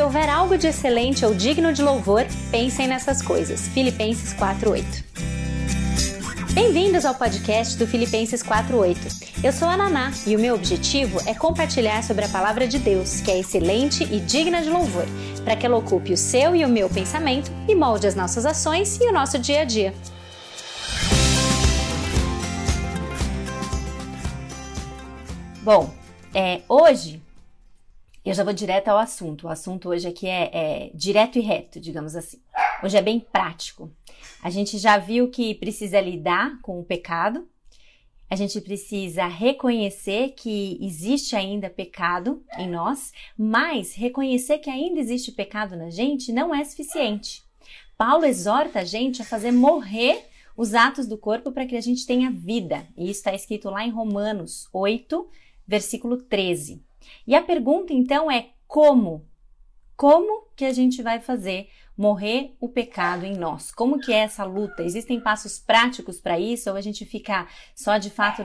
houver algo de excelente ou digno de louvor, pensem nessas coisas. Filipenses 4:8. Bem-vindos ao podcast do Filipenses 4:8. Eu sou a Naná e o meu objetivo é compartilhar sobre a palavra de Deus, que é excelente e digna de louvor, para que ela ocupe o seu e o meu pensamento e molde as nossas ações e o nosso dia a dia. Bom, hoje eu já vou direto ao assunto. O assunto hoje aqui é direto e reto, digamos assim. Hoje é bem prático. A gente já viu que precisa lidar com o pecado. A gente precisa reconhecer que existe ainda pecado em nós, mas reconhecer que ainda existe pecado na gente não é suficiente. Paulo exorta a gente a fazer morrer os atos do corpo para que a gente tenha vida. E isso está escrito lá em Romanos 8, versículo 13. E a pergunta então é como? Como que a gente vai fazer morrer o pecado em nós? Como que é essa luta? Existem passos práticos para isso? Ou a gente fica só de fato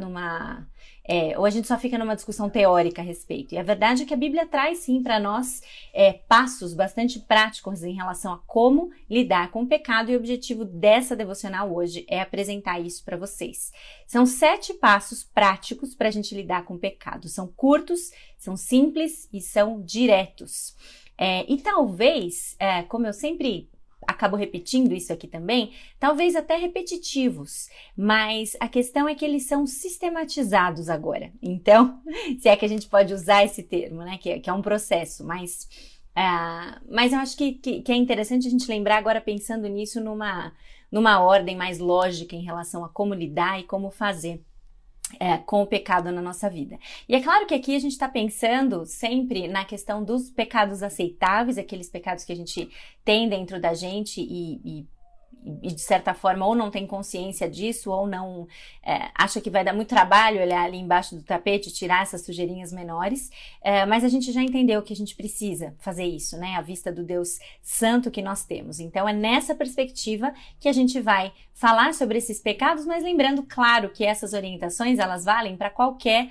ou a gente só fica numa discussão teórica a respeito? E a verdade é que a Bíblia traz sim para nós passos bastante práticos em relação a como lidar com o pecado, e o objetivo dessa devocional hoje é apresentar isso para vocês. São 7 passos práticos para a gente lidar com o pecado. São curtos, são simples e são diretos. E talvez, como eu sempre acabo repetindo isso aqui também, talvez até repetitivos, mas a questão é que eles são sistematizados agora. Então, se é que a gente pode usar esse termo, né, que é um processo, mas eu acho que é interessante a gente lembrar agora, pensando nisso numa ordem mais lógica em relação a como lidar e como fazer com o pecado na nossa vida. E é claro que aqui a gente está pensando sempre na questão dos pecados aceitáveis, aqueles pecados que a gente tem dentro da gente e de certa forma ou não tem consciência disso ou não acha que vai dar muito trabalho olhar ali embaixo do tapete e tirar essas sujeirinhas menores, mas a gente já entendeu que a gente precisa fazer isso, né, à vista do Deus Santo que nós temos. Então é nessa perspectiva que a gente vai falar sobre esses pecados, mas lembrando, claro, que essas orientações elas valem para qualquer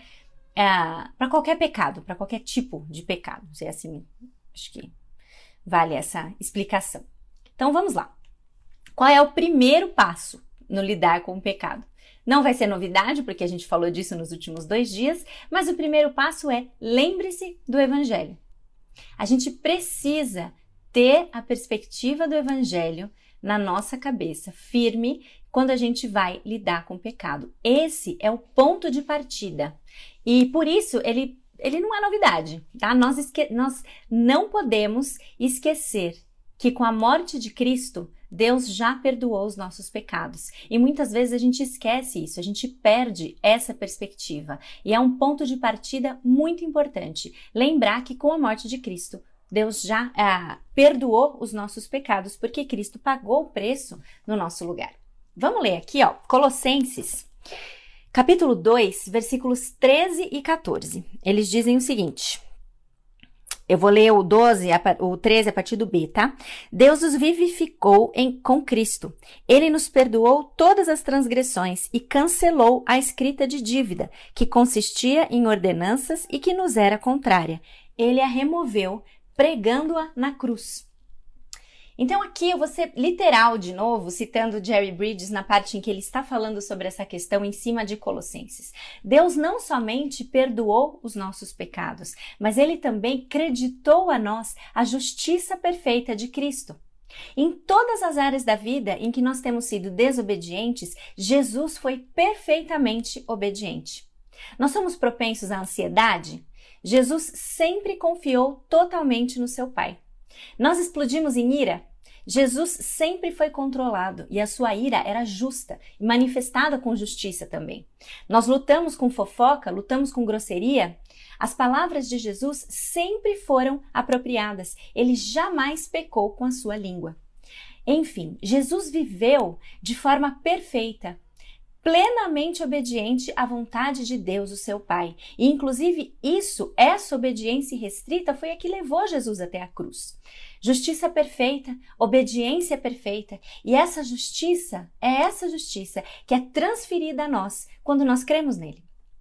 pecado, para qualquer tipo de pecado. Se é assim, acho que vale essa explicação. Então vamos lá. Qual é o primeiro passo no lidar com o pecado? Não vai ser novidade, porque a gente falou disso nos últimos 2 dias, mas o primeiro passo é: lembre-se do Evangelho. A gente precisa ter a perspectiva do Evangelho na nossa cabeça, firme, quando a gente vai lidar com o pecado. Esse é o ponto de partida. E por isso ele não é novidade, tá? Nós não podemos esquecer que com a morte de Cristo, Deus já perdoou os nossos pecados. E muitas vezes a gente esquece isso, a gente perde essa perspectiva. E é um ponto de partida muito importante. Lembrar que com a morte de Cristo, Deus já perdoou os nossos pecados, porque Cristo pagou o preço no nosso lugar. Vamos ler aqui, Colossenses, capítulo 2, versículos 13 e 14. Eles dizem o seguinte... Eu vou ler o 13 a partir do B, tá? Deus os vivificou com Cristo. Ele nos perdoou todas as transgressões e cancelou a escrita de dívida, que consistia em ordenanças e que nos era contrária. Ele a removeu, pregando-a na cruz. Então aqui eu vou ser literal de novo, citando Jerry Bridges na parte em que ele está falando sobre essa questão em cima de Colossenses. Deus não somente perdoou os nossos pecados, mas Ele também creditou a nós a justiça perfeita de Cristo. Em todas as áreas da vida em que nós temos sido desobedientes, Jesus foi perfeitamente obediente. Nós somos propensos à ansiedade? Jesus sempre confiou totalmente no seu Pai. Nós explodimos em ira? Jesus sempre foi controlado e a sua ira era justa e manifestada com justiça também. Nós lutamos com fofoca, lutamos com grosseria? As palavras de Jesus sempre foram apropriadas. Ele jamais pecou com a sua língua. Enfim, Jesus viveu de forma perfeita, plenamente obediente à vontade de Deus, o seu Pai. E, inclusive, essa obediência irrestrita foi a que levou Jesus até a cruz. Justiça perfeita, obediência perfeita. E essa justiça que é transferida a nós quando nós cremos nele.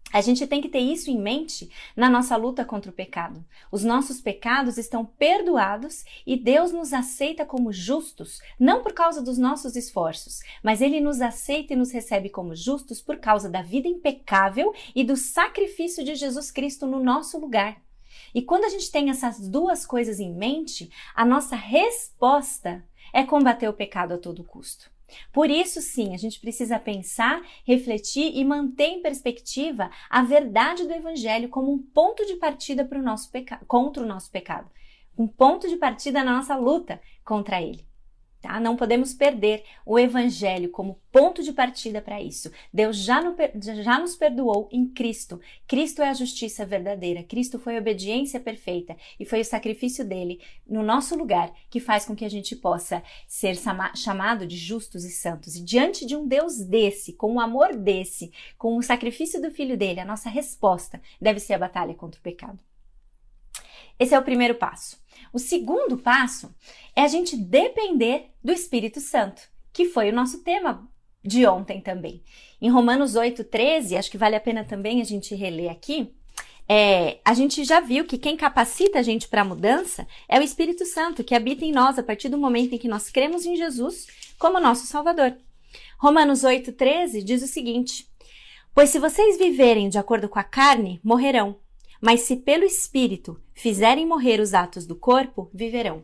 A gente tem que ter isso em mente na nossa luta contra o pecado. Os nossos pecados estão perdoados e Deus nos aceita como justos, não por causa dos nossos esforços, mas Ele nos aceita e nos recebe como justos por causa da vida impecável e do sacrifício de Jesus Cristo no nosso lugar. E quando a gente tem essas duas coisas em mente, a nossa resposta é combater o pecado a todo custo. Por isso, sim, a gente precisa pensar, refletir e manter em perspectiva a verdade do Evangelho como um ponto de partida para o nosso contra o nosso pecado. Um ponto de partida na nossa luta contra ele. Tá? Não podemos perder o Evangelho como ponto de partida para isso. Deus já nos perdoou em Cristo. Cristo é a justiça verdadeira. Cristo foi a obediência perfeita e foi o sacrifício dele no nosso lugar que faz com que a gente possa ser chamado de justos e santos. E diante de um Deus desse, com o amor desse, com o sacrifício do Filho dele, a nossa resposta deve ser a batalha contra o pecado. Esse é o primeiro passo. O segundo passo é a gente depender do Espírito Santo, que foi o nosso tema de ontem também. Em Romanos 8:13, acho que vale a pena também a gente reler aqui, a gente já viu que quem capacita a gente para a mudança é o Espírito Santo, que habita em nós a partir do momento em que nós cremos em Jesus como nosso Salvador. Romanos 8:13 diz o seguinte: pois se vocês viverem de acordo com a carne, morrerão. Mas se pelo Espírito fizerem morrer os atos do corpo, viverão.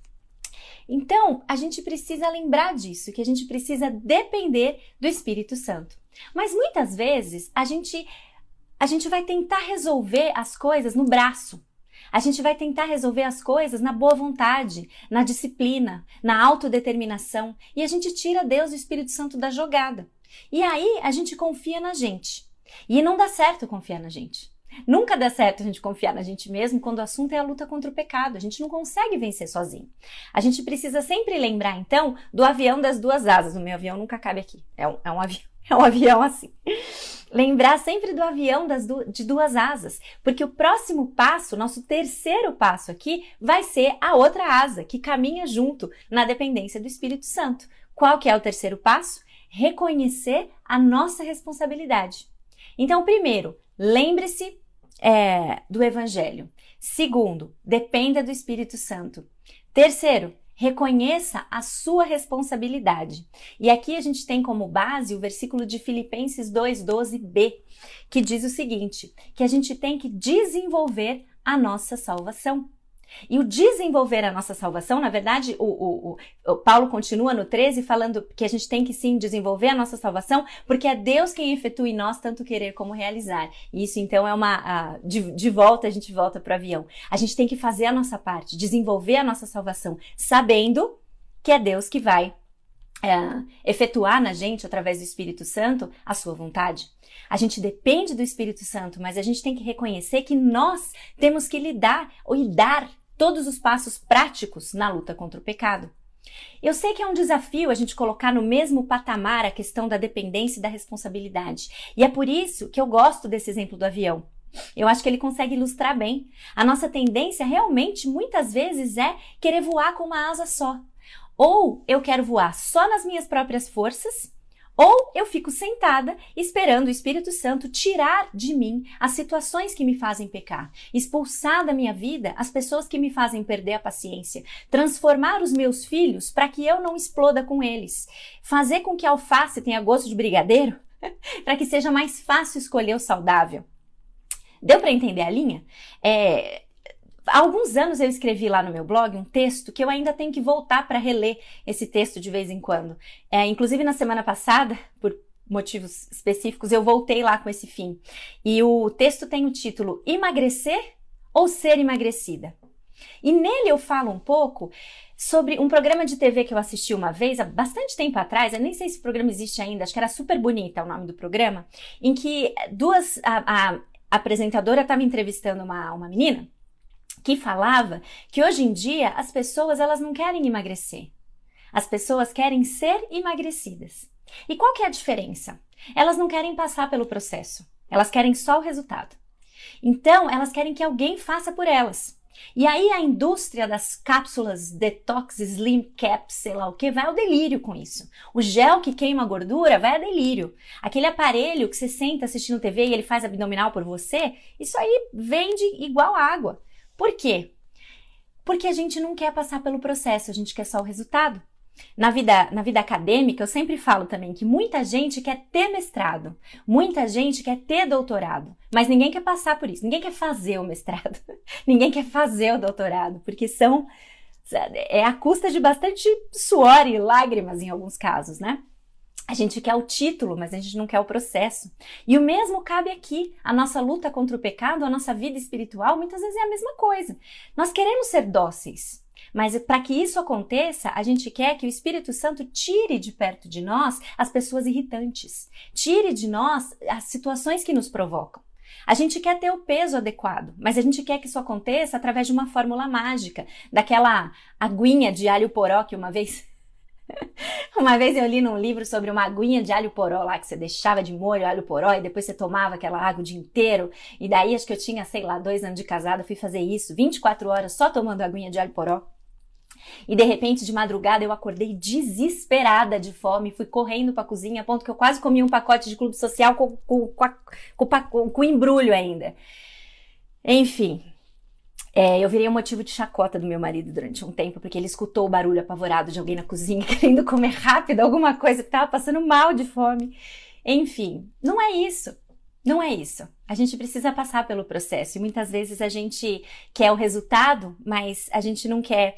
Então, a gente precisa lembrar disso, que a gente precisa depender do Espírito Santo. Mas muitas vezes a gente vai tentar resolver as coisas no braço. A gente vai tentar resolver as coisas na boa vontade, na disciplina, na autodeterminação. E a gente tira Deus e o Espírito Santo da jogada. E aí a gente confia na gente. E não dá certo confiar na gente. Nunca dá certo a gente confiar na gente mesmo quando o assunto é a luta contra o pecado. A gente não consegue vencer sozinho. A gente precisa sempre lembrar, então, do avião das duas asas. O meu avião nunca cabe aqui. É um avião assim. Lembrar sempre do avião de duas asas. Porque o próximo passo, nosso terceiro passo aqui, vai ser a outra asa, que caminha junto na dependência do Espírito Santo. Qual que é o terceiro passo? Reconhecer a nossa responsabilidade. Então, primeiro, lembre-se do Evangelho. Segundo, dependa do Espírito Santo. Terceiro, reconheça a sua responsabilidade. E aqui a gente tem como base o versículo de Filipenses 2:12b, que diz o seguinte, que a gente tem que desenvolver a nossa salvação. E o desenvolver a nossa salvação, na verdade, o Paulo continua no 13 falando que a gente tem que sim desenvolver a nossa salvação, porque é Deus quem efetua em nós tanto querer como realizar. E isso então é de volta, a gente volta para o avião. A gente tem que fazer a nossa parte, desenvolver a nossa salvação, sabendo que é Deus que vai efetuar na gente, através do Espírito Santo, a sua vontade. A gente depende do Espírito Santo, mas a gente tem que reconhecer que nós temos que lidar e dar todos os passos práticos na luta contra o pecado. Eu sei que é um desafio a gente colocar no mesmo patamar a questão da dependência e da responsabilidade. E é por isso que eu gosto desse exemplo do avião. Eu acho que ele consegue ilustrar bem. A nossa tendência realmente, muitas vezes, é querer voar com uma asa só. Ou eu quero voar só nas minhas próprias forças, ou eu fico sentada esperando o Espírito Santo tirar de mim as situações que me fazem pecar, expulsar da minha vida as pessoas que me fazem perder a paciência, transformar os meus filhos para que eu não exploda com eles, fazer com que a alface tenha gosto de brigadeiro, para que seja mais fácil escolher o saudável. Deu para entender a linha? Há alguns anos eu escrevi lá no meu blog um texto que eu ainda tenho que voltar para reler esse texto de vez em quando. Inclusive na semana passada, por motivos específicos, eu voltei lá com esse fim. E o texto tem o título Emagrecer ou Ser Emagrecida? E nele eu falo um pouco sobre um programa de TV que eu assisti uma vez, há bastante tempo atrás, eu nem sei se o programa existe ainda, acho que era Super Bonita o nome do programa, em que a apresentadora estava entrevistando uma menina que falava que hoje em dia as pessoas elas não querem emagrecer. As pessoas querem ser emagrecidas. E qual que é a diferença? Elas não querem passar pelo processo. Elas querem só o resultado. Então, elas querem que alguém faça por elas. E aí a indústria das cápsulas detox, slim caps, sei lá o que, vai ao delírio com isso. O gel que queima a gordura vai a delírio. Aquele aparelho que você senta assistindo TV e ele faz abdominal por você, isso aí vende igual água. Por quê? Porque a gente não quer passar pelo processo, a gente quer só o resultado. Na vida acadêmica, eu sempre falo também que muita gente quer ter mestrado, muita gente quer ter doutorado, mas ninguém quer passar por isso, ninguém quer fazer o mestrado, ninguém quer fazer o doutorado, porque é à custa de bastante suor e lágrimas em alguns casos, né? A gente quer o título, mas a gente não quer o processo. E o mesmo cabe aqui. A nossa luta contra o pecado, a nossa vida espiritual, muitas vezes é a mesma coisa. Nós queremos ser dóceis. Mas para que isso aconteça, a gente quer que o Espírito Santo tire de perto de nós as pessoas irritantes. Tire de nós as situações que nos provocam. A gente quer ter o peso adequado, mas a gente quer que isso aconteça através de uma fórmula mágica, daquela aguinha de alho poró que uma vez eu li num livro sobre uma aguinha de alho poró lá, que você deixava de molho alho poró e depois você tomava aquela água o dia inteiro. E daí acho que eu tinha, sei lá, 2 anos de casada, fui fazer isso, 24 horas só tomando aguinha de alho poró. E de repente, de madrugada, eu acordei desesperada de fome, fui correndo pra cozinha, a ponto que eu quase comi um pacote de clube social com embrulho ainda. Enfim, eu virei um motivo de chacota do meu marido durante um tempo, porque ele escutou o barulho apavorado de alguém na cozinha querendo comer rápido alguma coisa, que tava passando mal de fome. Enfim, não é isso. Não é isso. A gente precisa passar pelo processo e muitas vezes a gente quer o resultado, mas a gente não quer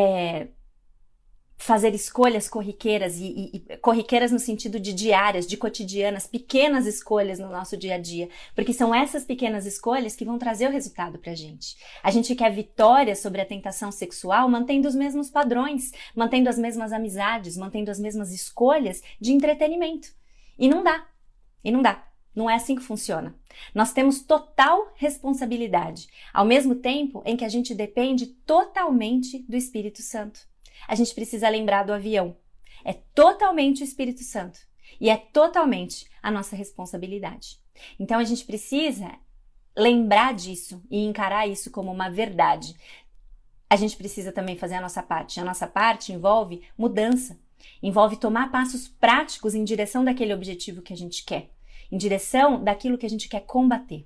fazer escolhas corriqueiras e corriqueiras no sentido de diárias, de cotidianas, pequenas escolhas no nosso dia a dia, porque são essas pequenas escolhas que vão trazer o resultado pra gente. A gente quer vitória sobre a tentação sexual mantendo os mesmos padrões, mantendo as mesmas amizades, mantendo as mesmas escolhas de entretenimento. E não dá. Não é assim que funciona. Nós temos total responsabilidade, ao mesmo tempo em que a gente depende totalmente do Espírito Santo. A gente precisa lembrar do avião. É totalmente o Espírito Santo e é totalmente a nossa responsabilidade. Então a gente precisa lembrar disso e encarar isso como uma verdade. A gente precisa também fazer a nossa parte. A nossa parte envolve mudança, envolve tomar passos práticos em direção daquele objetivo que a gente quer, em direção daquilo que a gente quer combater.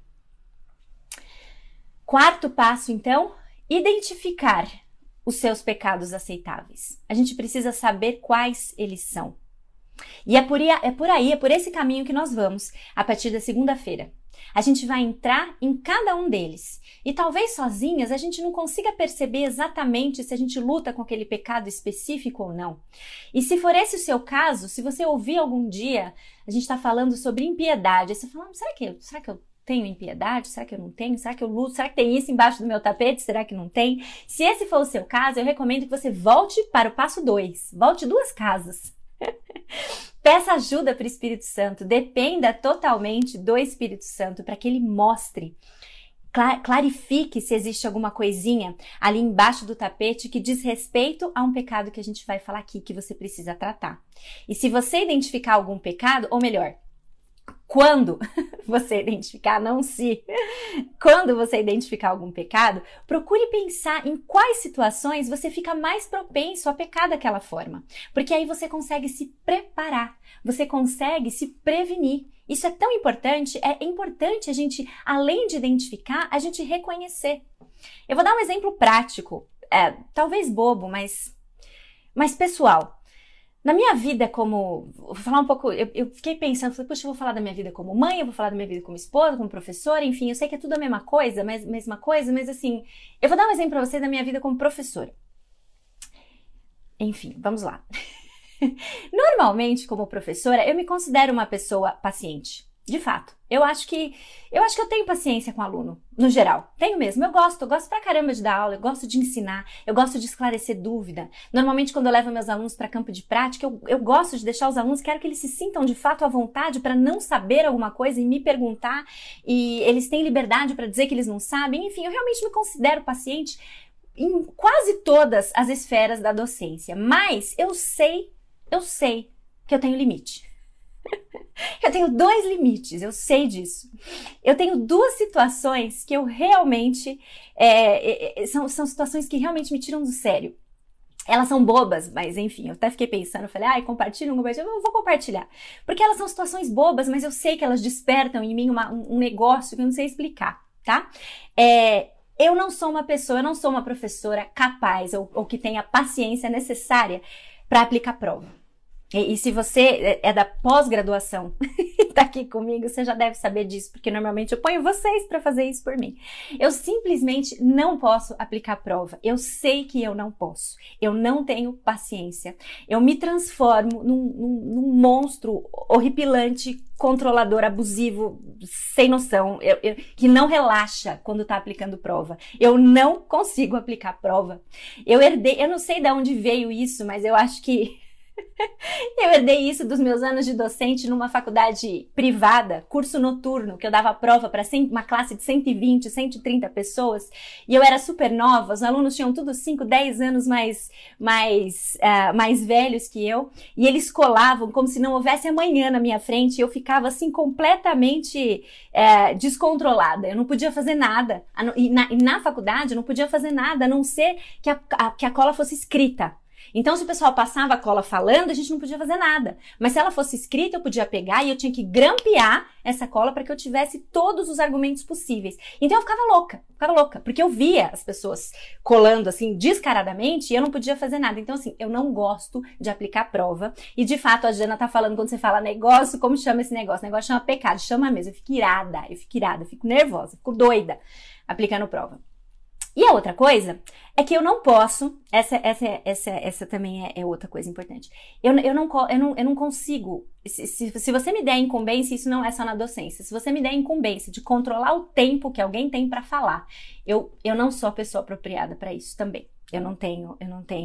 Quarto passo, então, identificar os seus pecados aceitáveis. A gente precisa saber quais eles são. E é por esse caminho que nós vamos a partir da segunda-feira. A gente vai entrar em cada um deles. E talvez sozinhas a gente não consiga perceber exatamente se a gente luta com aquele pecado específico ou não. E se for esse o seu caso, se você ouvir algum dia, a gente está falando sobre impiedade, aí você fala, será que eu tenho impiedade? Será que eu não tenho? Será que eu luto? Será que tem isso embaixo do meu tapete? Será que não tem? Se esse for o seu caso, eu recomendo que você volte para o passo 2. Volte 2 casas. Peça ajuda para o Espírito Santo. Dependa totalmente do Espírito Santo para que ele mostre, clarifique se existe alguma coisinha ali embaixo do tapete que diz respeito a um pecado que a gente vai falar aqui que você precisa tratar. E se você identificar algum pecado, ou melhor, quando você identificar, não se, quando você identificar algum pecado, procure pensar em quais situações você fica mais propenso a pecar daquela forma. Porque aí você consegue se preparar, você consegue se prevenir. Isso é tão importante, é importante a gente, além de identificar, a gente reconhecer. Eu vou dar um exemplo prático, talvez bobo, mas pessoal. Na minha vida vou falar um pouco, eu fiquei pensando, falei, puxa, eu vou falar da minha vida como mãe, eu vou falar da minha vida como esposa, como professora, enfim, eu sei que é tudo a mesma coisa, mas assim, eu vou dar um exemplo pra você da minha vida como professora. Enfim, vamos lá. Normalmente, como professora, eu me considero uma pessoa paciente. De fato, eu acho que eu tenho paciência com o aluno, no geral. Tenho mesmo, eu gosto pra caramba de dar aula, eu gosto de ensinar, eu gosto de esclarecer dúvida. Normalmente, quando eu levo meus alunos para campo de prática, eu gosto de deixar os alunos, quero que eles se sintam de fato à vontade para não saber alguma coisa e me perguntar, e eles têm liberdade para dizer que eles não sabem. Enfim, eu realmente me considero paciente em quase todas as esferas da docência, mas eu sei que eu tenho limite. Eu tenho 2 limites, eu sei disso. Eu tenho 2 situações que eu realmente... são situações que realmente me tiram do sério. Elas são bobas, mas enfim, eu até fiquei pensando, falei, ai, compartilha, não compartilha, eu vou compartilhar. Porque elas são situações bobas, mas eu sei que elas despertam em mim um negócio que eu não sei explicar, tá? Eu não sou uma pessoa, eu não sou uma professora capaz ou que tenha a paciência necessária para aplicar prova. E se você é da pós-graduação e tá aqui comigo, você já deve saber disso, porque normalmente eu ponho vocês para fazer isso por mim. Eu simplesmente não posso aplicar prova. Eu sei que eu não posso. Eu não tenho paciência. Eu me transformo num monstro horripilante, controlador, abusivo, sem noção, que não relaxa quando tá aplicando prova. Eu não consigo aplicar prova. Eu não sei de onde veio isso, mas eu acho que eu herdei isso dos meus anos de docente numa faculdade privada, curso noturno, que eu dava prova para uma classe de 120, 130 pessoas, e eu era super nova, os alunos tinham tudo 5, 10 anos mais velhos que eu, e eles colavam como se não houvesse amanhã na minha frente, e eu ficava assim completamente descontrolada, eu não podia fazer nada, e na faculdade eu não podia fazer nada, a não ser que a cola fosse escrita. Então, se o pessoal passava a cola falando, a gente não podia fazer nada. Mas se ela fosse escrita, eu podia pegar e eu tinha que grampear essa cola para que eu tivesse todos os argumentos possíveis. Então, eu ficava louca, porque eu via as pessoas colando assim descaradamente e eu não podia fazer nada. Então, assim, eu não gosto de aplicar prova. E, de fato, a Jana tá falando, quando você fala negócio, como chama esse negócio? O negócio chama pecado, chama mesmo. Eu fico irada, eu fico nervosa, eu fico doida aplicando prova. E a outra coisa é que eu não posso, essa também é outra coisa importante, eu não consigo, se você me der incumbência, isso não é só na docência, se você me der incumbência de controlar o tempo que alguém tem para falar, eu não sou a pessoa apropriada para isso também. Eu não tenho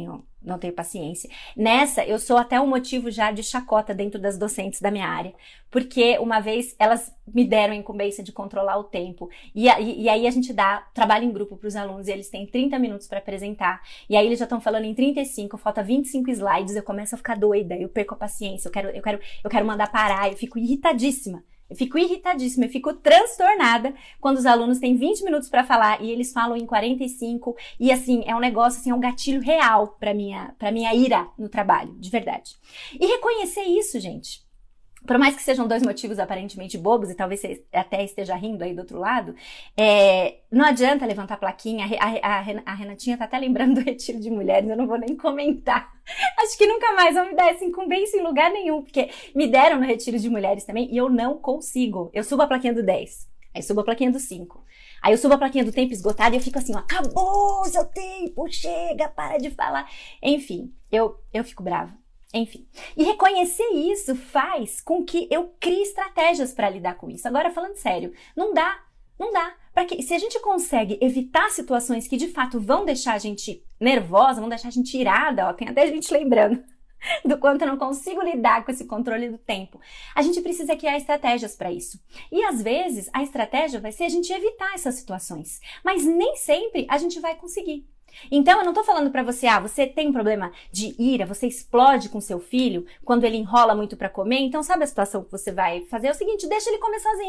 paciência. Nessa, eu sou até um motivo já de chacota dentro das docentes da minha área, porque uma vez elas me deram a incumbência de controlar o tempo, e aí a gente dá trabalho em grupo para os alunos, e eles têm 30 minutos para apresentar, e aí eles já estão falando em 35, falta 25 slides, eu começo a ficar doida, eu perco a paciência, eu quero mandar parar, eu fico irritadíssima. Eu fico transtornada quando os alunos têm 20 minutos para falar e eles falam em 45 e assim, é um negócio, assim, é um gatilho real pra minha ira no trabalho, de verdade. E reconhecer isso, gente. Por mais que sejam 2 motivos aparentemente bobos, e talvez você até esteja rindo aí do outro lado, não adianta levantar plaquinha, a Renatinha tá até lembrando do retiro de mulheres, eu não vou nem comentar. Acho que nunca mais vão me dar essa incumbência em lugar nenhum, porque me deram no retiro de mulheres também, e eu não consigo. Eu subo a plaquinha do 10, aí subo a plaquinha do 5, aí eu subo a plaquinha do tempo esgotado e eu fico assim, ó, acabou o seu tempo, chega, para de falar. Enfim, eu fico brava. Enfim, e reconhecer isso faz com que eu crie estratégias para lidar com isso. Agora, falando sério, não dá. Se a gente consegue evitar situações que de fato vão deixar a gente nervosa, vão deixar a gente irada, ó, tem até gente lembrando do quanto eu não consigo lidar com esse controle do tempo. A gente precisa criar estratégias para isso. E às vezes a estratégia vai ser a gente evitar essas situações, mas nem sempre a gente vai conseguir. Então, eu não tô falando pra você, você tem um problema de ira, você explode com seu filho quando ele enrola muito pra comer, então sabe a situação que você vai fazer? É o seguinte, deixa ele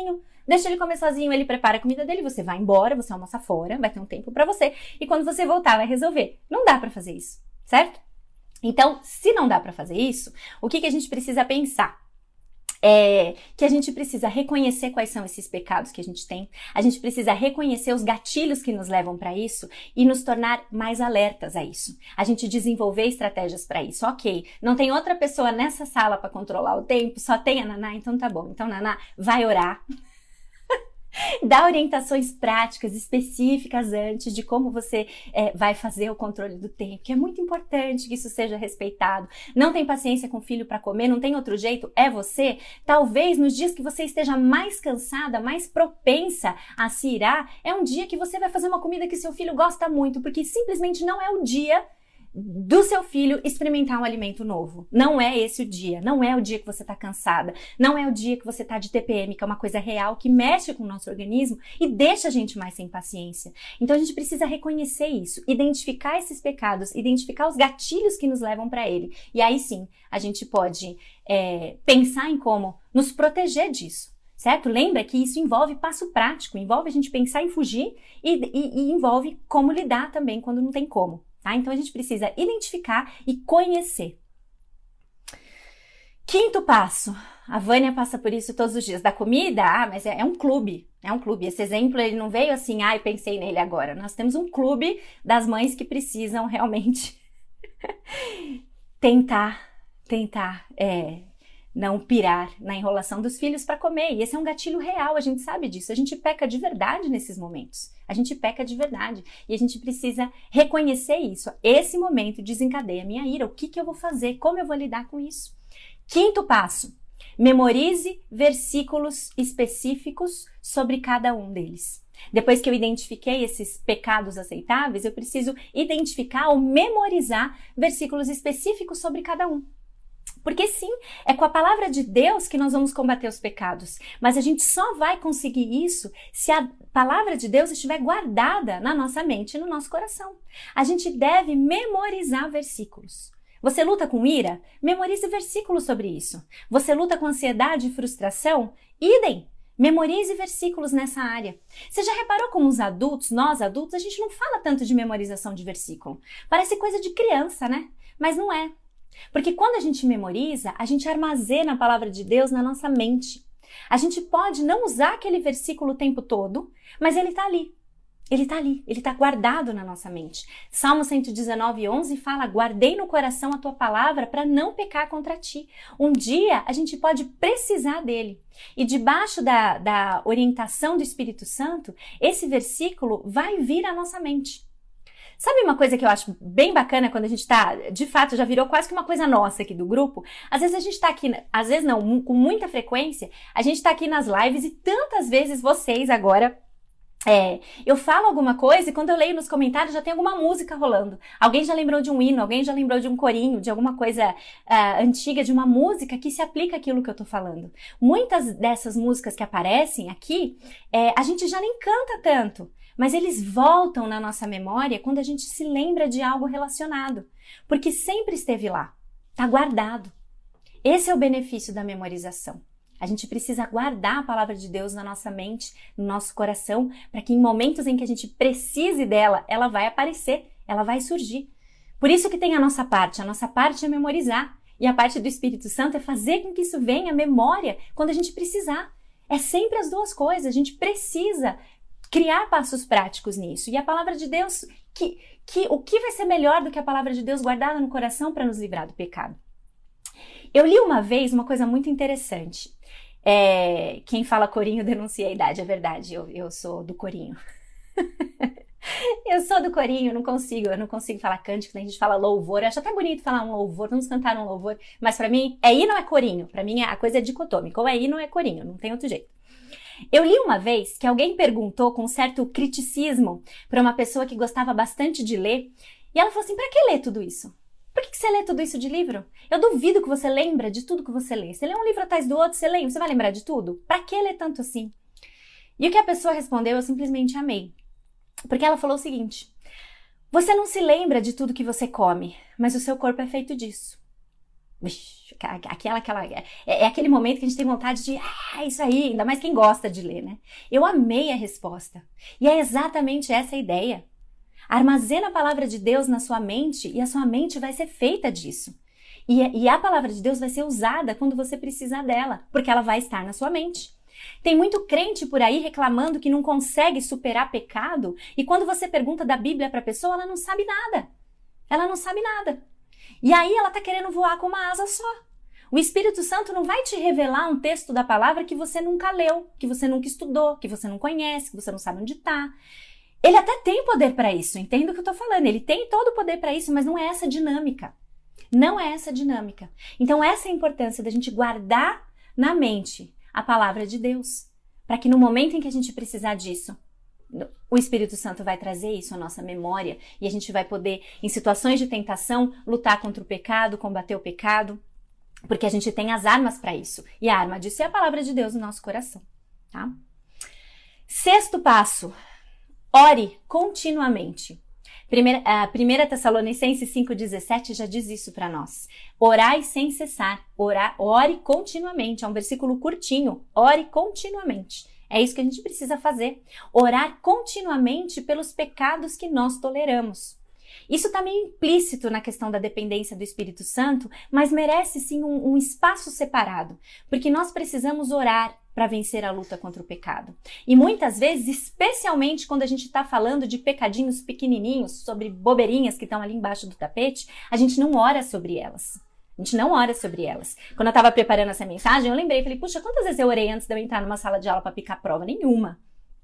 comer sozinho, ele prepara a comida dele, você vai embora, você almoça fora, vai ter um tempo pra você, e quando você voltar vai resolver. Não dá pra fazer isso, certo? Então, se não dá pra fazer isso, o que a gente precisa pensar? Que a gente precisa reconhecer quais são esses pecados que a gente tem, a gente precisa reconhecer os gatilhos que nos levam para isso e nos tornar mais alertas a isso. A gente desenvolver estratégias para isso. Ok, não tem outra pessoa nessa sala para controlar o tempo, só tem a Naná, então tá bom. Então, Naná, vai orar. Dá orientações práticas, específicas antes de como você vai fazer o controle do tempo, que é muito importante que isso seja respeitado. Não tem paciência com o filho para comer, não tem outro jeito, é você. Talvez nos dias que você esteja mais cansada, mais propensa a se irar, é um dia que você vai fazer uma comida que seu filho gosta muito, porque simplesmente não é o dia do seu filho experimentar um alimento novo. Não é esse o dia, não é o dia que você está cansada, não é o dia que você está de TPM, que é uma coisa real, que mexe com o nosso organismo e deixa a gente mais sem paciência. Então a gente precisa reconhecer isso, identificar esses pecados, identificar os gatilhos que nos levam para ele. E aí sim, a gente pode pensar em como nos proteger disso. Certo? Lembra que isso envolve passo prático, envolve a gente pensar em fugir e envolve como lidar também quando não tem como. Tá? Então a gente precisa identificar e conhecer. Quinto passo, a Vânia passa por isso todos os dias. Da comida, mas é um clube, é um clube. Esse exemplo ele não veio assim, eu pensei nele agora. Nós temos um clube das mães que precisam realmente tentar não pirar na enrolação dos filhos para comer. E esse é um gatilho real, a gente sabe disso. A gente peca de verdade nesses momentos. A gente peca de verdade. E a gente precisa reconhecer isso. Esse momento desencadeia a minha ira. O que eu vou fazer? Como eu vou lidar com isso? Quinto passo. Memorize versículos específicos sobre cada um deles. Depois que eu identifiquei esses pecados aceitáveis, eu preciso identificar ou memorizar versículos específicos sobre cada um. Porque sim, é com a palavra de Deus que nós vamos combater os pecados. Mas a gente só vai conseguir isso se a palavra de Deus estiver guardada na nossa mente e no nosso coração. A gente deve memorizar versículos. Você luta com ira? Memorize versículos sobre isso. Você luta com ansiedade e frustração? Idem! Memorize versículos nessa área. Você já reparou como nós adultos, a gente não fala tanto de memorização de versículo? Parece coisa de criança, né? Mas não é. Porque quando a gente memoriza, a gente armazena a palavra de Deus na nossa mente. A gente pode não usar aquele versículo o tempo todo, mas ele está ali. Ele está ali, ele está guardado na nossa mente. Salmo 119:11 fala: guardei no coração a tua palavra para não pecar contra ti. Um dia a gente pode precisar dele. E debaixo da orientação do Espírito Santo, esse versículo vai vir à nossa mente. Sabe uma coisa que eu acho bem bacana quando a gente tá, de fato, já virou quase que uma coisa nossa aqui do grupo? Às vezes a gente tá aqui, às vezes não, com muita frequência, a gente tá aqui nas lives e tantas vezes vocês agora, eu falo alguma coisa e quando eu leio nos comentários já tem alguma música rolando. Alguém já lembrou de um hino, alguém já lembrou de um corinho, de alguma coisa antiga, de uma música que se aplica àquilo que eu tô falando. Muitas dessas músicas que aparecem aqui, a gente já nem canta tanto. Mas eles voltam na nossa memória quando a gente se lembra de algo relacionado, porque sempre esteve lá, está guardado. Esse é o benefício da memorização. A gente precisa guardar a palavra de Deus na nossa mente, no nosso coração, para que em momentos em que a gente precise dela, ela vai aparecer, ela vai surgir. Por isso que tem a nossa parte é memorizar, e a parte do Espírito Santo é fazer com que isso venha à memória quando a gente precisar. É sempre as duas coisas, a gente precisa criar passos práticos nisso. E a palavra de Deus, o que vai ser melhor do que a palavra de Deus guardada no coração para nos livrar do pecado? Eu li uma vez uma coisa muito interessante. Quem fala corinho denuncia a idade, é verdade, eu sou do corinho. Eu sou do corinho, eu não consigo falar cântico, a gente fala louvor, eu acho até bonito falar um louvor, vamos cantar um louvor, mas pra mim, hino ou é corinho? Pra mim a coisa é dicotômica, ou é hino ou é corinho, não tem outro jeito. Eu li uma vez que alguém perguntou com certo criticismo para uma pessoa que gostava bastante de ler, e ela falou assim: pra que ler tudo isso? Por que você lê tudo isso de livro? Eu duvido que você lembra de tudo que você lê. Você lê um livro atrás do outro, você vai lembrar de tudo? Pra que ler tanto assim? E o que a pessoa respondeu, eu simplesmente amei. Porque ela falou o seguinte: você não se lembra de tudo que você come, mas o seu corpo é feito disso. Vixe, é aquele momento que a gente tem vontade de, isso aí, ainda mais quem gosta de ler, né? Eu amei a resposta. E é exatamente essa a ideia. Armazena a palavra de Deus na sua mente e a sua mente vai ser feita disso. E a palavra de Deus vai ser usada quando você precisar dela, porque ela vai estar na sua mente. Tem muito crente por aí reclamando que não consegue superar pecado, e quando você pergunta da Bíblia para a pessoa, ela não sabe nada. Ela não sabe nada. E aí ela está querendo voar com uma asa só. O Espírito Santo não vai te revelar um texto da palavra que você nunca leu, que você nunca estudou, que você não conhece, que você não sabe onde está. Ele até tem poder para isso, entenda o que eu estou falando. Ele tem todo o poder para isso, mas não é essa dinâmica. Não é essa dinâmica. Então essa é a importância da gente guardar na mente a palavra de Deus, para que no momento em que a gente precisar disso, o Espírito Santo vai trazer isso à nossa memória e a gente vai poder, em situações de tentação, lutar contra o pecado, combater o pecado, porque a gente tem as armas para isso. E a arma disso é a palavra de Deus no nosso coração, tá? Sexto passo, ore continuamente. 1 Tessalonicenses 5,17 já diz isso para nós. Orai sem cessar, ore continuamente. É um versículo curtinho, ore continuamente. É isso que a gente precisa fazer. Orar continuamente pelos pecados que nós toleramos. Isso está meio implícito na questão da dependência do Espírito Santo, mas merece sim um espaço separado, porque nós precisamos orar para vencer a luta contra o pecado. E muitas vezes, especialmente quando a gente está falando de pecadinhos pequenininhos, sobre bobeirinhas que estão ali embaixo do tapete, a gente não ora sobre elas. A gente não ora sobre elas. Quando eu estava preparando essa mensagem, eu lembrei, falei, puxa, quantas vezes eu orei antes de eu entrar numa sala de aula para picar prova? Nenhuma.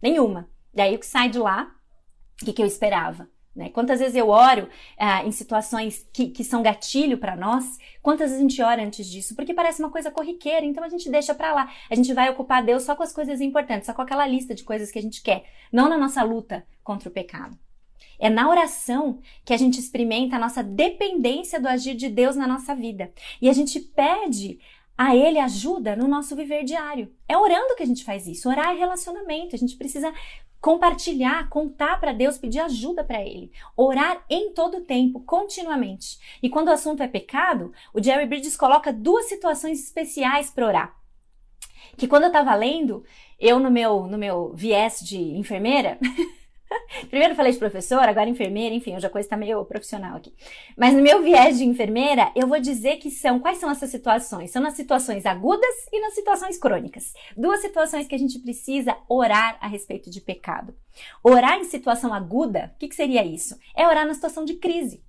Daí o que sai de lá, o que eu esperava? Né? Quantas vezes eu oro em situações que são gatilho para nós? Quantas vezes a gente ora antes disso? Porque parece uma coisa corriqueira, então a gente deixa para lá. A gente vai ocupar Deus só com as coisas importantes, só com aquela lista de coisas que a gente quer, não na nossa luta contra o pecado. É na oração que a gente experimenta a nossa dependência do agir de Deus na nossa vida. E a gente pede a Ele ajuda no nosso viver diário. É orando que a gente faz isso. Orar é relacionamento. A gente precisa compartilhar, contar para Deus, pedir ajuda para Ele. Orar em todo o tempo, continuamente. E quando o assunto é pecado, o Jerry Bridges coloca duas situações especiais para orar. Que quando eu estava lendo, eu no meu viés de enfermeira... Primeiro falei de professora, agora enfermeira, enfim, hoje a coisa tá meio profissional aqui. Mas no meu viés de enfermeira, eu vou dizer que quais são essas situações? São nas situações agudas e nas situações crônicas. Duas situações que a gente precisa orar a respeito de pecado. Orar em situação aguda, o que seria isso? É orar na situação de crise.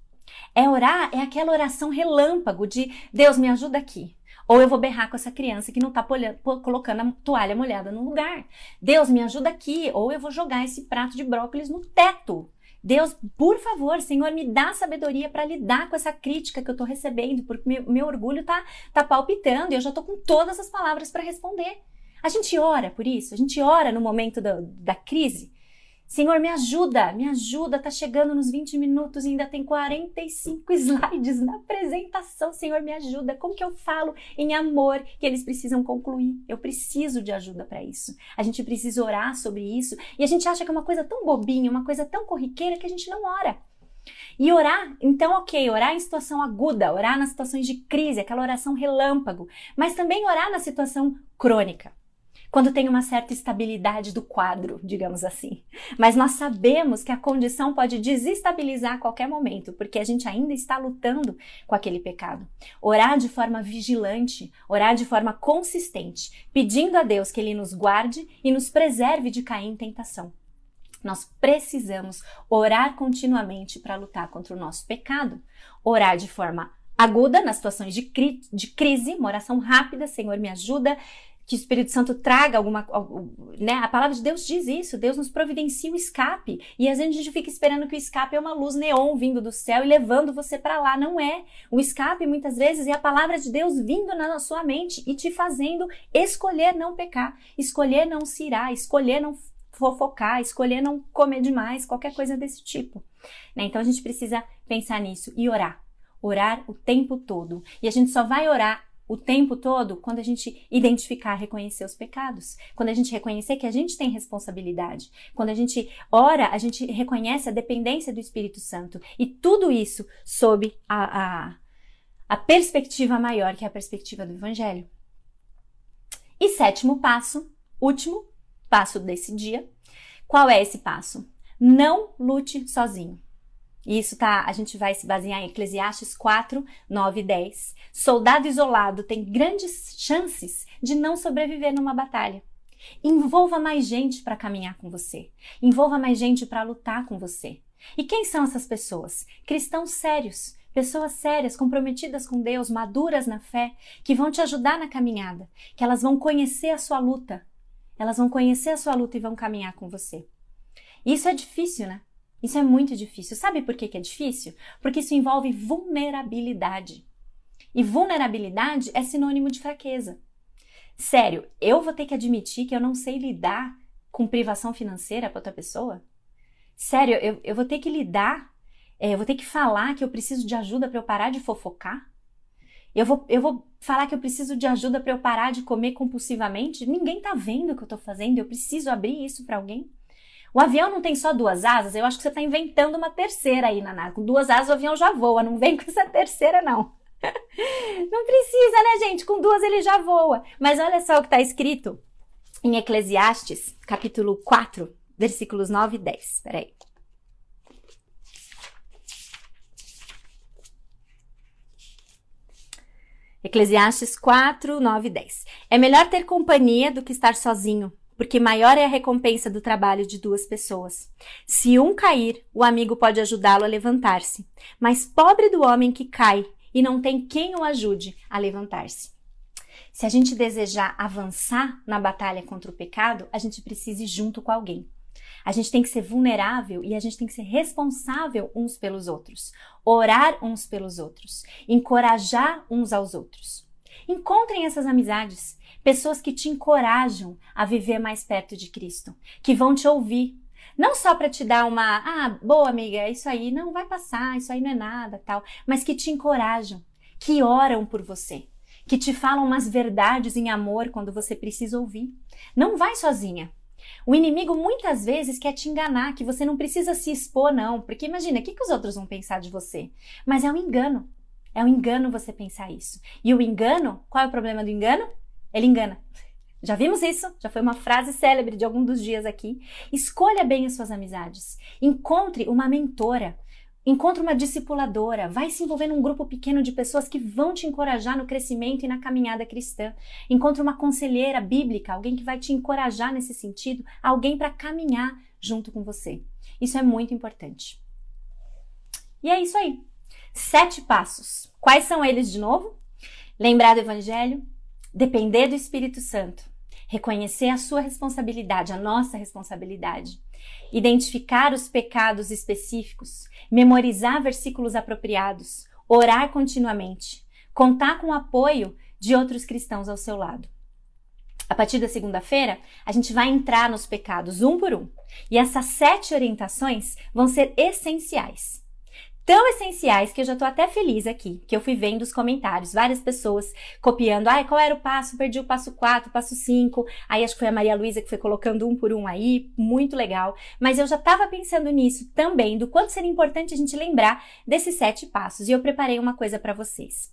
Orar é aquela oração relâmpago de Deus, me ajuda aqui. Ou eu vou berrar com essa criança que não tá colocando a toalha molhada no lugar. Deus, me ajuda aqui. Ou eu vou jogar esse prato de brócolis no teto. Deus, por favor, Senhor, me dá sabedoria para lidar com essa crítica que eu tô recebendo, porque meu orgulho tá palpitando e eu já tô com todas as palavras para responder. A gente ora por isso, a gente ora no momento da crise. Senhor, me ajuda, tá chegando nos 20 minutos e ainda tem 45 slides na apresentação. Senhor, me ajuda. Como que eu falo em amor que eles precisam concluir? Eu preciso de ajuda para isso. A gente precisa orar sobre isso e a gente acha que é uma coisa tão bobinha, uma coisa tão corriqueira que a gente não ora. E orar, então orar em situação aguda, orar nas situações de crise, aquela oração relâmpago, mas também orar na situação crônica. Quando tem uma certa estabilidade do quadro, digamos assim. Mas nós sabemos que a condição pode desestabilizar a qualquer momento, porque a gente ainda está lutando com aquele pecado. Orar de forma vigilante, orar de forma consistente, pedindo a Deus que Ele nos guarde e nos preserve de cair em tentação. Nós precisamos orar continuamente para lutar contra o nosso pecado. Orar de forma aguda, nas situações de crise, uma oração rápida, Senhor, me ajuda, que o Espírito Santo traga né? A palavra de Deus diz isso, Deus nos providencia o escape, e às vezes a gente fica esperando que o escape é uma luz neon vindo do céu e levando você para lá, não é. O escape muitas vezes é a palavra de Deus vindo na sua mente e te fazendo escolher não pecar, escolher não se irar, escolher não fofocar, escolher não comer demais, qualquer coisa desse tipo, né? Então a gente precisa pensar nisso e orar o tempo todo, e a gente só vai orar o tempo todo quando a gente identificar, reconhecer os pecados. Quando a gente reconhecer que a gente tem responsabilidade. Quando a gente ora, a gente reconhece a dependência do Espírito Santo. E tudo isso sob a perspectiva maior, que é a perspectiva do Evangelho. E sétimo passo, último passo desse dia. Qual é esse passo? Não lute sozinho. Isso a gente vai se basear em Eclesiastes 4, 9 e 10. Soldado isolado tem grandes chances de não sobreviver numa batalha. Envolva mais gente para caminhar com você. Envolva mais gente para lutar com você. E quem são essas pessoas? Cristãos sérios, pessoas sérias, comprometidas com Deus, maduras na fé, que vão te ajudar na caminhada, que elas vão conhecer a sua luta. Elas vão conhecer a sua luta e vão caminhar com você. Isso é difícil, né? Isso é muito difícil. Sabe por que é difícil? Porque isso envolve vulnerabilidade. E vulnerabilidade é sinônimo de fraqueza. Sério, eu vou ter que admitir que eu não sei lidar com privação financeira para outra pessoa? Sério, eu vou ter que lidar, eu vou ter que falar que eu preciso de ajuda para eu parar de fofocar? Eu vou falar que eu preciso de ajuda para eu parar de comer compulsivamente? Ninguém tá vendo o que eu tô fazendo, eu preciso abrir isso para alguém? O avião não tem só 2 asas? Eu acho que você tá inventando uma terceira aí, Naná. Com 2 asas o avião já voa, não vem com essa terceira não. Não precisa, né, gente? Com 2 ele já voa. Mas olha só o que tá escrito em Eclesiastes, capítulo 4, versículos 9 e 10. Peraí. Eclesiastes 4, 9 e 10. É melhor ter companhia do que estar sozinho, porque maior é a recompensa do trabalho de 2 pessoas. Se um cair, o amigo pode ajudá-lo a levantar-se. Mas pobre do homem que cai e não tem quem o ajude a levantar-se. Se a gente desejar avançar na batalha contra o pecado, a gente precisa ir junto com alguém. A gente tem que ser vulnerável e a gente tem que ser responsável uns pelos outros. Orar uns pelos outros. Encorajar uns aos outros. Encontrem essas amizades. Pessoas que te encorajam a viver mais perto de Cristo. Que vão te ouvir. Não só para te dar uma, boa amiga, isso aí não vai passar, isso aí não é nada, tal. Mas que te encorajam. Que oram por você. Que te falam umas verdades em amor quando você precisa ouvir. Não vai sozinha. O inimigo muitas vezes quer te enganar, que você não precisa se expor não, porque imagina, o que os outros vão pensar de você? Mas é um engano. É um engano você pensar isso. E o engano, qual é o problema do engano? Ele engana. Já vimos isso? Já foi uma frase célebre de algum dos dias aqui. Escolha bem as suas amizades. Encontre uma mentora. Encontre uma discipuladora, vai se envolver num grupo pequeno de pessoas que vão te encorajar no crescimento e na caminhada cristã. Encontre uma conselheira bíblica, alguém que vai te encorajar nesse sentido, alguém para caminhar junto com você. Isso é muito importante. E é isso aí. 7 passos. Quais são eles de novo? Lembrar do Evangelho, depender do Espírito Santo, reconhecer a sua responsabilidade, a nossa responsabilidade, identificar os pecados específicos, memorizar versículos apropriados, orar continuamente, contar com o apoio de outros cristãos ao seu lado. A partir da segunda-feira, a gente vai entrar nos pecados um por um. E essas 7 orientações vão ser essenciais. Tão essenciais que eu já tô até feliz aqui, que eu fui vendo os comentários, várias pessoas copiando, qual era o passo? Perdi o passo 4, o passo 5, aí acho que foi a Maria Luísa que foi colocando um por um aí, muito legal, mas eu já estava pensando nisso também, do quanto seria importante a gente lembrar desses 7 passos, e eu preparei uma coisa para vocês.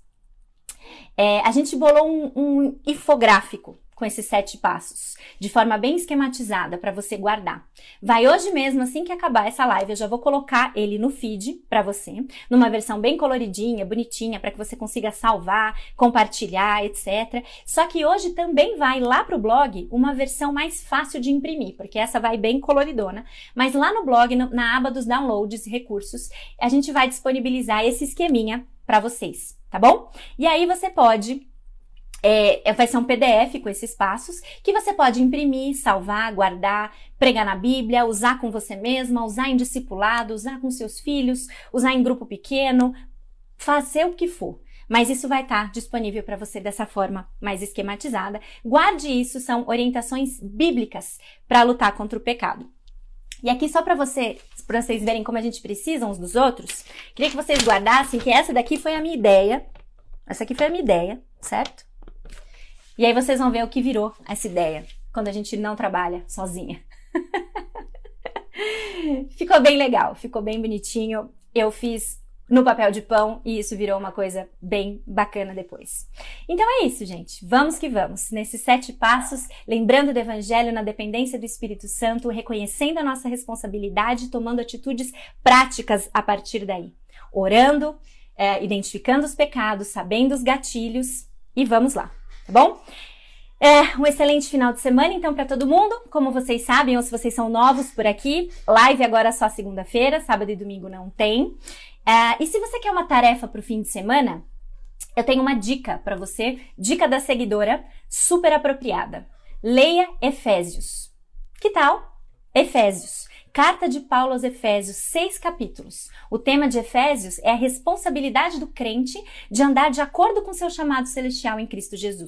A gente bolou um infográfico com esses 7 passos, de forma bem esquematizada para você guardar. Vai hoje mesmo, assim que acabar essa live, eu já vou colocar ele no feed para você, numa versão bem coloridinha, bonitinha, para que você consiga salvar, compartilhar, etc. Só que hoje também vai lá pro blog uma versão mais fácil de imprimir, porque essa vai bem coloridona, mas lá no blog, na aba dos downloads e recursos, a gente vai disponibilizar esse esqueminha para vocês, tá bom? E aí você pode... vai ser um PDF com esses passos que você pode imprimir, salvar, guardar, pregar na Bíblia, usar com você mesma, usar em discipulado, usar com seus filhos, usar em grupo pequeno, fazer o que for. Mas isso vai estar disponível para você dessa forma mais esquematizada. Guarde isso, são orientações bíblicas para lutar contra o pecado. E aqui só para vocês verem como a gente precisa uns dos outros, queria que vocês guardassem que essa daqui foi a minha ideia. Essa aqui foi a minha ideia, certo? E aí vocês vão ver o que virou essa ideia, quando a gente não trabalha sozinha. Ficou bem legal, ficou bem bonitinho. Eu fiz no papel de pão e isso virou uma coisa bem bacana depois. Então é isso, gente. Vamos que vamos. Nesses 7 passos, lembrando do Evangelho na dependência do Espírito Santo, reconhecendo a nossa responsabilidade, tomando atitudes práticas a partir daí. Orando, identificando os pecados, sabendo os gatilhos e vamos lá. Tá bom? Um excelente final de semana, então, para todo mundo. Como vocês sabem, ou se vocês são novos por aqui, live agora só segunda-feira, sábado e domingo não tem. E se você quer uma tarefa para o fim de semana, eu tenho uma dica para você, dica da seguidora, super apropriada. Leia Efésios. Que tal? Efésios. Carta de Paulo aos Efésios, 6 capítulos. O tema de Efésios é a responsabilidade do crente de andar de acordo com seu chamado celestial em Cristo Jesus.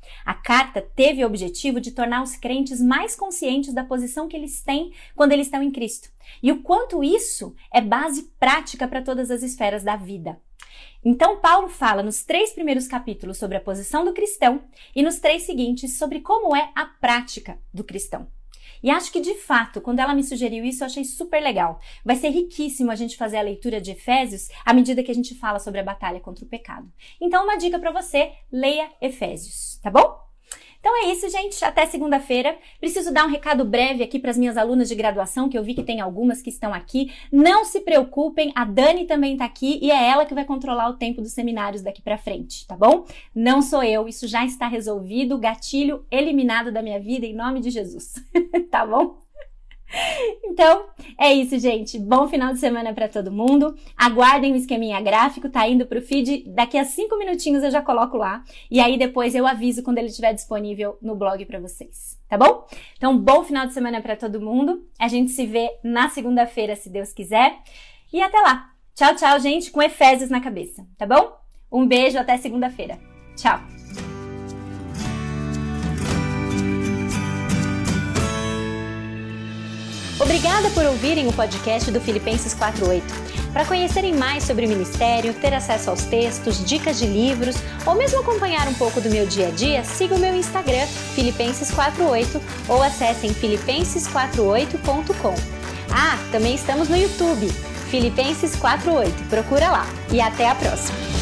A carta teve o objetivo de tornar os crentes mais conscientes da posição que eles têm quando eles estão em Cristo e o quanto isso é base prática para todas as esferas da vida. Então, Paulo fala nos 3 primeiros capítulos sobre a posição do cristão e nos 3 seguintes sobre como é a prática do cristão. E acho que, de fato, quando ela me sugeriu isso, eu achei super legal. Vai ser riquíssimo a gente fazer a leitura de Efésios à medida que a gente fala sobre a batalha contra o pecado. Então, uma dica para você, leia Efésios, tá bom? Então é isso, gente. Até segunda-feira. Preciso dar um recado breve aqui para as minhas alunas de graduação, que eu vi que tem algumas que estão aqui. Não se preocupem, a Dani também está aqui e é ela que vai controlar o tempo dos seminários daqui para frente, tá bom? Não sou eu, isso já está resolvido, gatilho eliminado da minha vida em nome de Jesus, tá bom? Então, é isso, gente. Bom final de semana para todo mundo. Aguardem o esqueminha gráfico, tá indo pro feed. Daqui a 5 minutinhos eu já coloco lá. E aí depois eu aviso quando ele estiver disponível no blog para vocês, tá bom? Então, bom final de semana para todo mundo. A gente se vê na segunda-feira, se Deus quiser. E até lá. Tchau, tchau, gente, com Efésios na cabeça, tá bom? Um beijo, até segunda-feira. Tchau. Obrigada por ouvirem o podcast do Filipenses 4.8. Para conhecerem mais sobre o ministério, ter acesso aos textos, dicas de livros ou mesmo acompanhar um pouco do meu dia a dia, siga o meu Instagram, Filipenses48, ou acessem filipenses48.com. Ah, também estamos no YouTube, Filipenses 4.8. Procura lá. E até a próxima!